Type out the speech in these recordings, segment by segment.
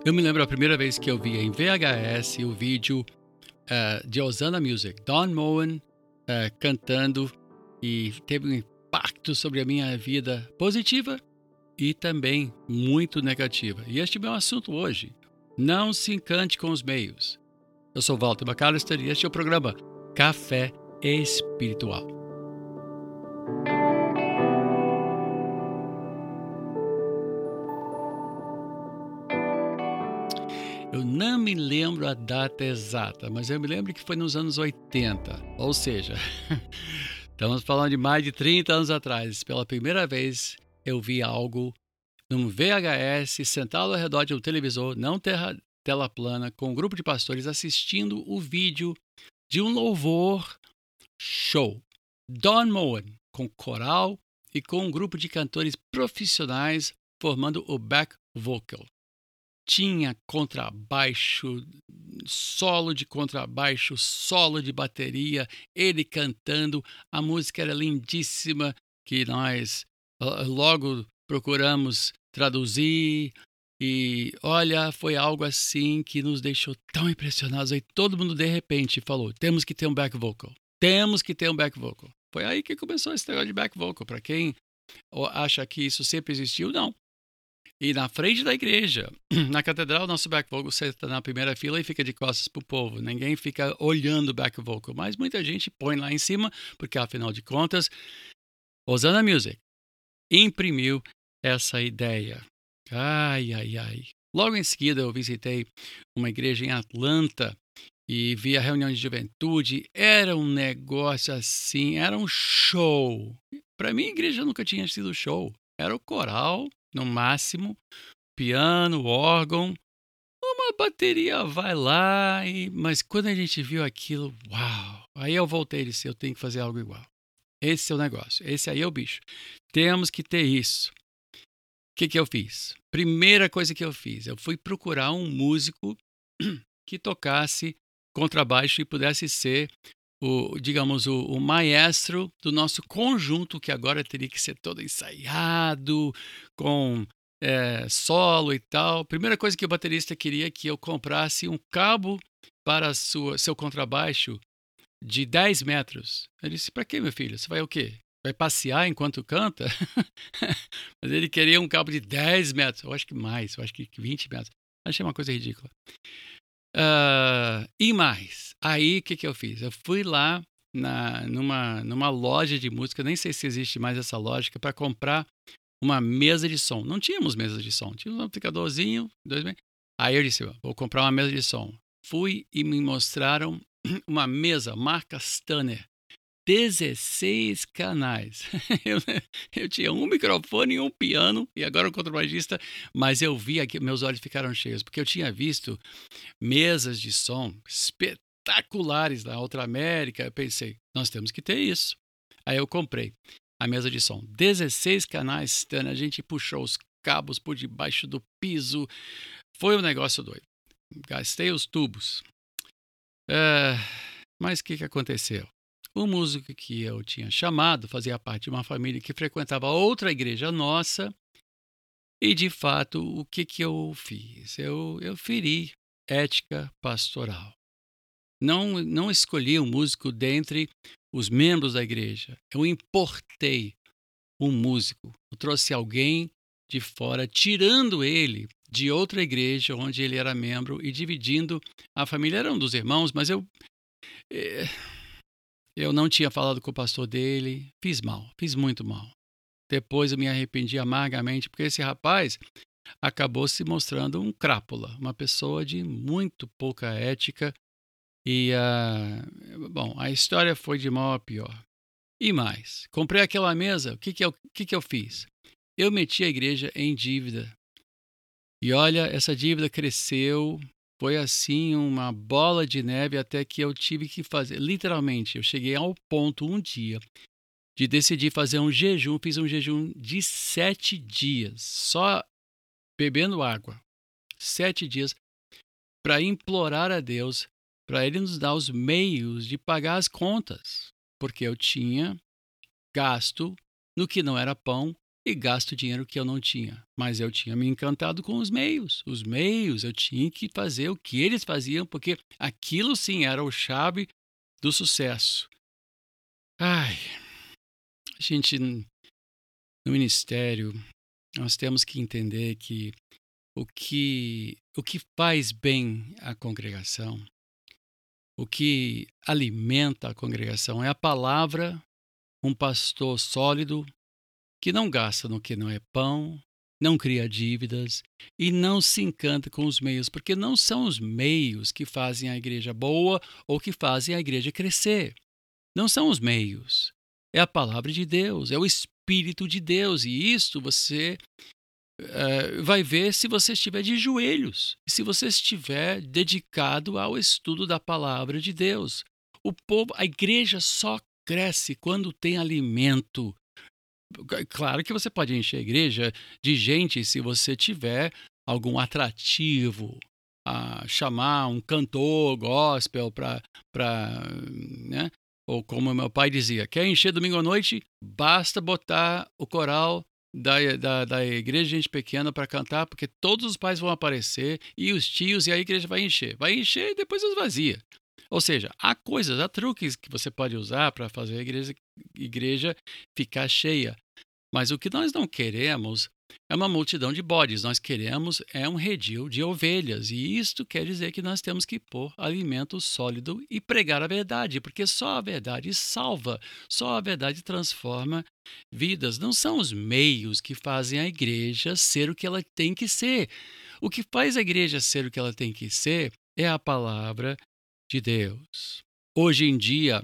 Eu me lembro a primeira vez que eu vi em VHS o vídeo de Hosanna Music, Don Moen cantando, e teve um impacto sobre a minha vida positiva e também muito negativa. E este é o meu assunto hoje. Não se encante com os meios. Eu sou Walter McAllister e este é o programa Café Espiritual. Eu não me lembro a data exata, mas eu me lembro que foi nos anos 80, ou seja, estamos falando de mais de 30 anos atrás. Pela primeira vez eu vi algo num VHS, sentado ao redor de um televisor, não tela plana, com um grupo de pastores assistindo o vídeo de um louvor show. Don Moen, com coral e com um grupo de cantores profissionais formando o back vocal. Tinha contrabaixo, solo de contrabaixo, solo de bateria, ele cantando. A música era lindíssima, que nós logo procuramos traduzir. E olha, foi algo assim que nos deixou tão impressionados. Aí todo mundo de repente falou: temos que ter um back vocal. Temos que ter um back vocal. Foi aí que começou esse negócio de back vocal. Para quem acha que isso sempre existiu, não. E na frente da igreja, na catedral, nosso back vocal, você está na primeira fila e fica de costas para o povo. Ninguém fica olhando o back vocal, mas muita gente põe lá em cima, porque afinal de contas, Hosanna Music imprimiu essa ideia. Ai, ai, ai. Logo em seguida eu visitei uma igreja em Atlanta e vi a reunião de juventude. Era um negócio assim, era um show. Para mim a igreja nunca tinha sido show. Era o coral, no máximo, piano, órgão, uma bateria vai lá, mas quando a gente viu aquilo, uau! Aí eu voltei e disse, eu tenho que fazer algo igual. Esse é o negócio, esse aí é o bicho. Temos que ter isso. O que eu fiz? Primeira coisa que eu fiz, eu fui procurar um músico que tocasse contrabaixo e pudesse ser o maestro do nosso conjunto, que agora teria que ser todo ensaiado, com solo e tal. Primeira coisa que o baterista queria que eu comprasse um cabo para seu contrabaixo de 10 metros. Eu disse, para quê, meu filho? Você vai o quê? Vai passear enquanto canta? Mas ele queria um cabo de 10 metros. Eu acho que mais, eu acho que 20 metros. Achei uma coisa ridícula. E mais, aí o que eu fiz? Eu fui lá numa loja de música, nem sei se existe mais essa lógica, para comprar uma mesa de som. Não tínhamos mesa de som, tínhamos um amplificadorzinho. Aí eu disse, vou comprar uma mesa de som. Fui e me mostraram uma mesa, marca Stanner, 16 canais. Eu tinha um microfone e um piano, e agora o contrabaixista, mas eu vi aqui, meus olhos ficaram cheios, porque eu tinha visto mesas de som espetaculares na Outra América. Eu pensei, nós temos que ter isso. Aí eu comprei a mesa de som, 16 canais, a gente puxou os cabos por debaixo do piso, foi um negócio doido. Gastei os tubos. Mas o que aconteceu? O músico que eu tinha chamado fazia parte de uma família que frequentava outra igreja nossa, e de fato, o que eu fiz? Eu feri ética pastoral. Não escolhi um músico dentre os membros da igreja. Eu importei um músico. Eu trouxe alguém de fora, tirando ele de outra igreja onde ele era membro e dividindo a família. Era um dos irmãos, mas eu não tinha falado com o pastor dele. Fiz mal, fiz muito mal. Depois eu me arrependi amargamente, porque esse rapaz acabou se mostrando um crápula, uma pessoa de muito pouca ética. E, a história foi de mal a pior. E mais, comprei aquela mesa, o que eu fiz? Eu meti a igreja em dívida. E olha, essa dívida cresceu, foi assim uma bola de neve, até que eu tive que fazer, literalmente, eu cheguei ao ponto um dia de decidir fazer um jejum. Fiz um jejum de 7 dias, só bebendo água. 7 dias, para implorar a Deus, para Ele nos dar os meios de pagar as contas, porque eu tinha gasto no que não era pão e gasto dinheiro que eu não tinha. Mas eu tinha me encantado com os meios. Os meios, eu tinha que fazer o que eles faziam, porque aquilo sim era o chave do sucesso. Ai, a gente, no ministério, nós temos que entender que o que faz bem à congregação, o que alimenta a congregação é a palavra, um pastor sólido, que não gasta no que não é pão, não cria dívidas e não se encanta com os meios, porque não são os meios que fazem a igreja boa ou que fazem a igreja crescer. Não são os meios. É a palavra de Deus, é o Espírito de Deus. E isto você vai ver se você estiver de joelhos, se você estiver dedicado ao estudo da palavra de Deus. O povo, a igreja só cresce quando tem alimento. Claro que você pode encher a igreja de gente se você tiver algum atrativo, chamar um cantor gospel para, né? Ou como meu pai dizia, quer encher domingo à noite? Basta botar o coral da igreja de gente pequena para cantar, porque todos os pais vão aparecer e os tios, e a igreja vai encher. Vai encher e depois esvazia. Ou seja, há coisas, há truques que você pode usar para fazer a igreja ficar cheia. Mas o que nós não queremos é uma multidão de bodes, nós queremos é um redil de ovelhas. E isto quer dizer que nós temos que pôr alimento sólido e pregar a verdade, porque só a verdade salva, só a verdade transforma vidas. Não são os meios que fazem a igreja ser o que ela tem que ser. O que faz a igreja ser o que ela tem que ser é a palavra de Deus. Hoje em dia,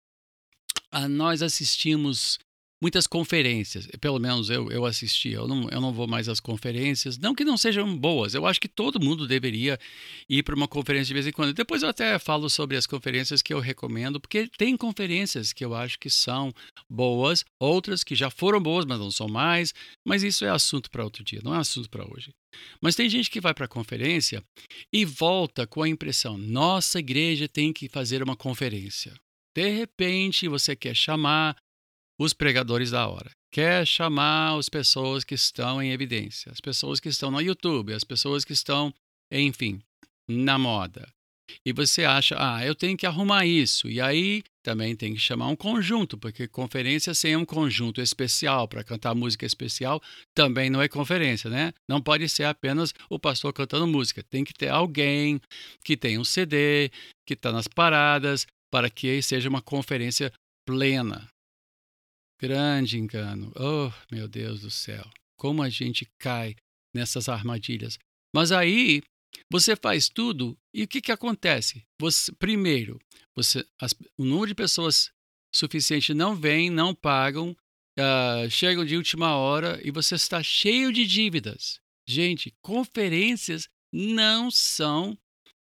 nós assistimos muitas conferências, pelo menos eu assisti, eu não vou mais às conferências, não que não sejam boas, eu acho que todo mundo deveria ir para uma conferência de vez em quando. Depois eu até falo sobre as conferências que eu recomendo, porque tem conferências que eu acho que são boas, outras que já foram boas, mas não são mais, mas isso é assunto para outro dia, não é assunto para hoje. Mas tem gente que vai para a conferência e volta com a impressão, nossa igreja tem que fazer uma conferência. De repente, você quer chamar os pregadores da hora, quer chamar as pessoas que estão em evidência, as pessoas que estão no YouTube, as pessoas que estão, enfim, na moda. E você acha, eu tenho que arrumar isso. E aí também tem que chamar um conjunto, porque conferência sem um conjunto especial para cantar música especial também não é conferência, né? Não pode ser apenas o pastor cantando música. Tem que ter alguém que tem um CD, que está nas paradas, para que seja uma conferência plena. Grande engano. Oh, meu Deus do céu. Como a gente cai nessas armadilhas. Mas aí você faz tudo e o que acontece? Primeiro, o número de pessoas suficiente não vem, não pagam, chegam de última hora e você está cheio de dívidas. Gente, conferências não são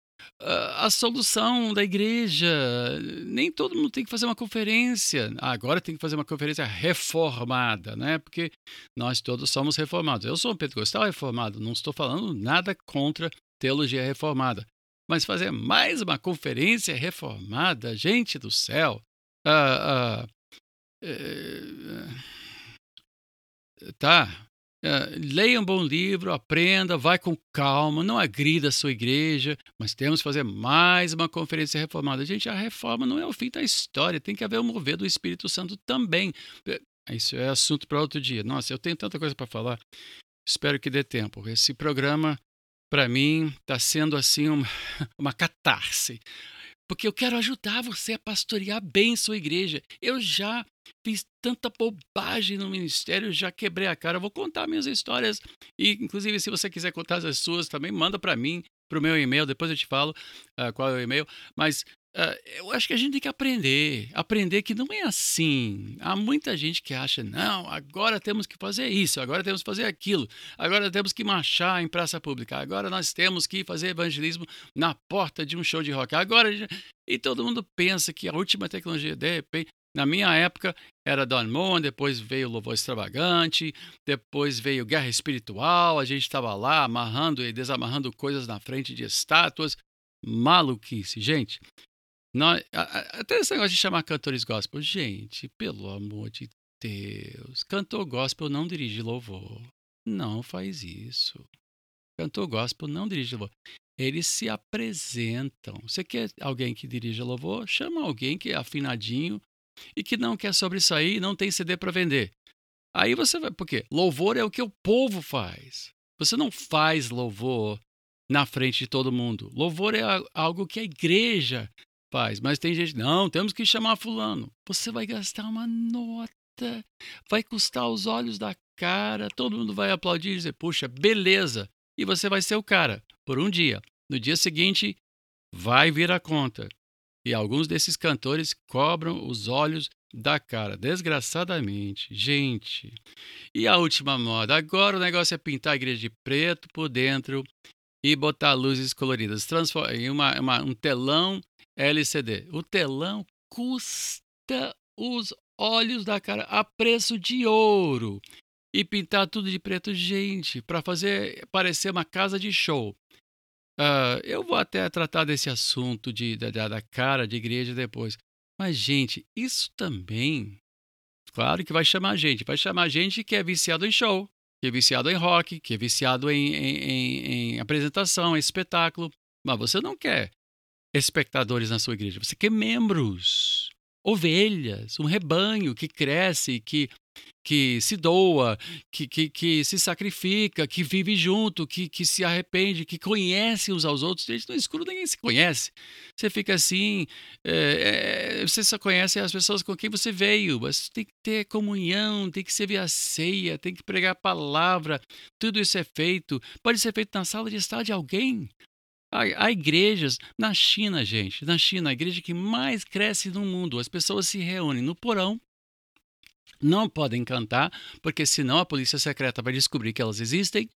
a solução da igreja. Nem todo mundo tem que fazer uma conferência. Agora tem que fazer uma conferência reformada, né? Porque nós todos somos reformados. Eu sou um pentecostal reformado, não estou falando nada contra teologia reformada. Mas fazer mais uma conferência reformada, gente do céu. Tá. Leia um bom livro, aprenda, vai com calma, não agrida a sua igreja, mas temos que fazer mais uma conferência reformada. Gente, a reforma não é o fim da história, tem que haver um mover do Espírito Santo também. Isso é assunto para outro dia. Nossa, eu tenho tanta coisa para falar, espero que dê tempo. Esse programa, para mim, está sendo assim uma catarse. Porque eu quero ajudar você a pastorear bem sua igreja. Eu já fiz tanta bobagem no ministério, já quebrei a cara. Eu vou contar minhas histórias. E, inclusive, se você quiser contar as suas também, manda para mim, para o meu e-mail. Depois eu te falo qual é o e-mail. Mas eu acho que a gente tem que aprender. Aprender que não é assim. Há muita gente que acha, não, agora temos que fazer isso, agora temos que fazer aquilo, agora temos que marchar em praça pública, agora nós temos que fazer evangelismo na porta de um show de rock. Agora, e todo mundo pensa que a última tecnologia, de repente, na minha época, era Don Moen, depois veio Louvor Extravagante, depois veio Guerra Espiritual, a gente estava lá amarrando e desamarrando coisas na frente de estátuas. Maluquice, gente. Até esse negócio de chamar cantores gospel. Gente, pelo amor de Deus, cantor gospel não dirige louvor. Não faz isso. Cantor gospel não dirige louvor. Eles se apresentam. Você quer alguém que dirija louvor? Chama alguém que é afinadinho e que não quer sobressair e não tem CD para vender. Aí você vai... Por quê? Louvor é o que o povo faz. Você não faz louvor na frente de todo mundo. Louvor é algo que a igreja faz. Mas tem gente... Não, temos que chamar fulano. Você vai gastar uma nota. Vai custar os olhos da cara. Todo mundo vai aplaudir e dizer, puxa, beleza. E você vai ser o cara por um dia. No dia seguinte, vai vir a conta. E alguns desses cantores cobram os olhos da cara, desgraçadamente. Gente, e a última moda? Agora o negócio é pintar a igreja de preto por dentro e botar luzes coloridas. Transforma em um telão LCD. O telão custa os olhos da cara a preço de ouro. E pintar tudo de preto, gente, para fazer parecer uma casa de show. Eu vou até tratar desse assunto da cara de igreja depois. Mas, gente, isso também, claro que vai chamar gente. Vai chamar gente que é viciado em show, que é viciado em rock, que é viciado em apresentação, em espetáculo. Mas você não quer espectadores na sua igreja, você quer membros, ovelhas, um rebanho que cresce, que se doa, que se sacrifica, que vive junto, que se arrepende, que conhece uns aos outros. Gente, no escuro ninguém se conhece. Você fica assim, você só conhece as pessoas com quem você veio, mas tem que ter comunhão, tem que servir a ceia, tem que pregar a palavra. Tudo isso é feito, pode ser feito na sala de estar de alguém. Há igrejas na China, gente, na China, a igreja que mais cresce no mundo. As pessoas se reúnem no porão, não podem cantar, porque senão a polícia secreta vai descobrir que elas existem,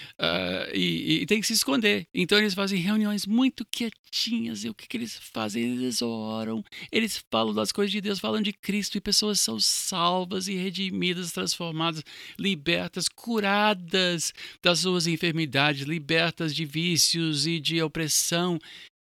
e tem que se esconder. Então eles fazem reuniões muito quietinhas. E o que eles fazem? Eles oram, eles falam das coisas de Deus, falam de Cristo, e pessoas são salvas e redimidas, transformadas, libertas, curadas das suas enfermidades, libertas de vícios e de opressão.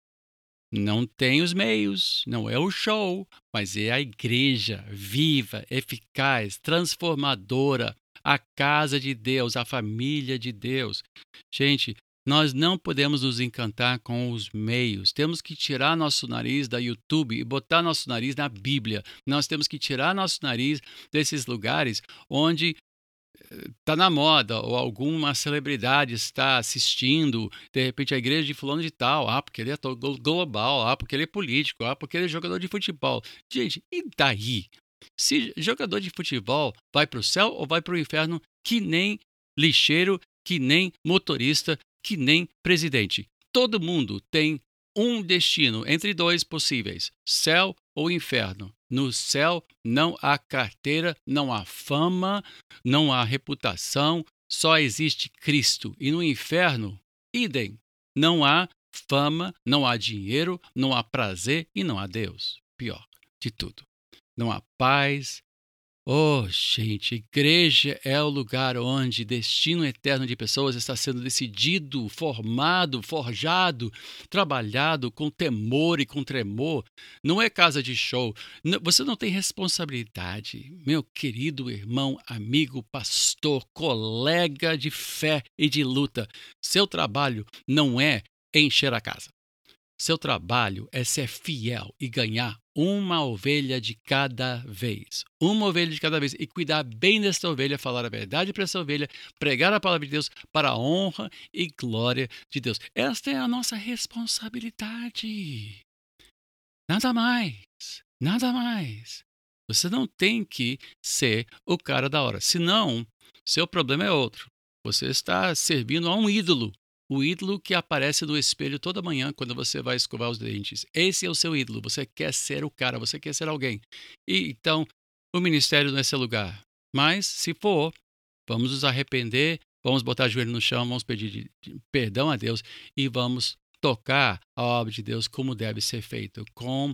Não tem os meios, não é o show, mas é a igreja viva, eficaz, transformadora, a casa de Deus, a família de Deus. Gente, nós não podemos nos encantar com os meios. Temos que tirar nosso nariz da YouTube e botar nosso nariz na Bíblia. Nós temos que tirar nosso nariz desses lugares onde está na moda, ou alguma celebridade está assistindo, de repente, a igreja de fulano de tal, porque ele é global, porque ele é político, porque ele é jogador de futebol. Gente, e daí? Se jogador de futebol vai para o céu ou vai para o inferno, que nem lixeiro, que nem motorista, que nem presidente. Todo mundo tem um destino entre dois possíveis, céu ou inferno. No céu não há carteira, não há fama, não há reputação, só existe Cristo. E no inferno, idem, não há fama, não há dinheiro, não há prazer e não há Deus. Pior de tudo, não há paz. Oh, gente, igreja é o lugar onde destino eterno de pessoas está sendo decidido, formado, forjado, trabalhado com temor e com tremor. Não é casa de show. Você não tem responsabilidade, meu querido irmão, amigo, pastor, colega de fé e de luta. Seu trabalho não é encher a casa. Seu trabalho é ser fiel e ganhar uma ovelha de cada vez. Uma ovelha de cada vez. E cuidar bem desta ovelha, falar a verdade para essa ovelha, pregar a palavra de Deus para a honra e glória de Deus. Esta é a nossa responsabilidade. Nada mais. Nada mais. Você não tem que ser o cara da hora. Senão, seu problema é outro. Você está servindo a um ídolo. O ídolo que aparece no espelho toda manhã quando você vai escovar os dentes. Esse é o seu ídolo. Você quer ser o cara, você quer ser alguém. E então, o ministério não é seu lugar. Mas, se for, vamos nos arrepender, vamos botar o joelho no chão, vamos pedir perdão a Deus e vamos tocar a obra de Deus como deve ser feito, com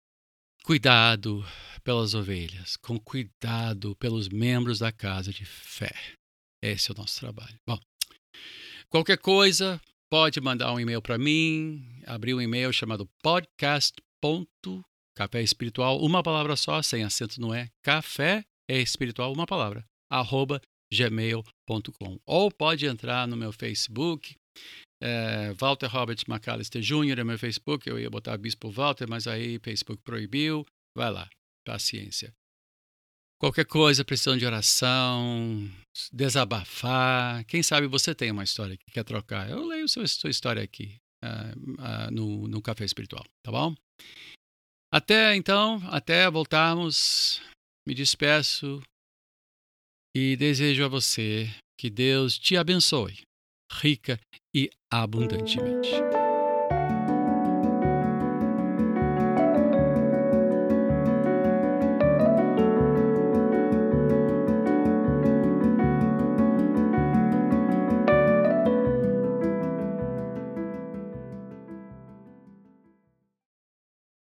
cuidado pelas ovelhas, com cuidado pelos membros da casa de fé. Esse é o nosso trabalho. Bom, qualquer coisa, pode mandar um e-mail para mim, abrir um e-mail chamado podcast.café espiritual, uma palavra só, sem acento no é, café espiritual, uma palavra, @gmail.com. Ou pode entrar no meu Facebook, Walter Robert McAllister Jr. é meu Facebook. Eu ia botar Bispo Walter, mas aí Facebook proibiu. Vai lá, paciência. Qualquer coisa, precisando de oração, desabafar. Quem sabe você tem uma história que quer trocar. Eu leio sua história aqui no Café Espiritual, tá bom? Até voltarmos. Me despeço e desejo a você que Deus te abençoe, rica e abundantemente.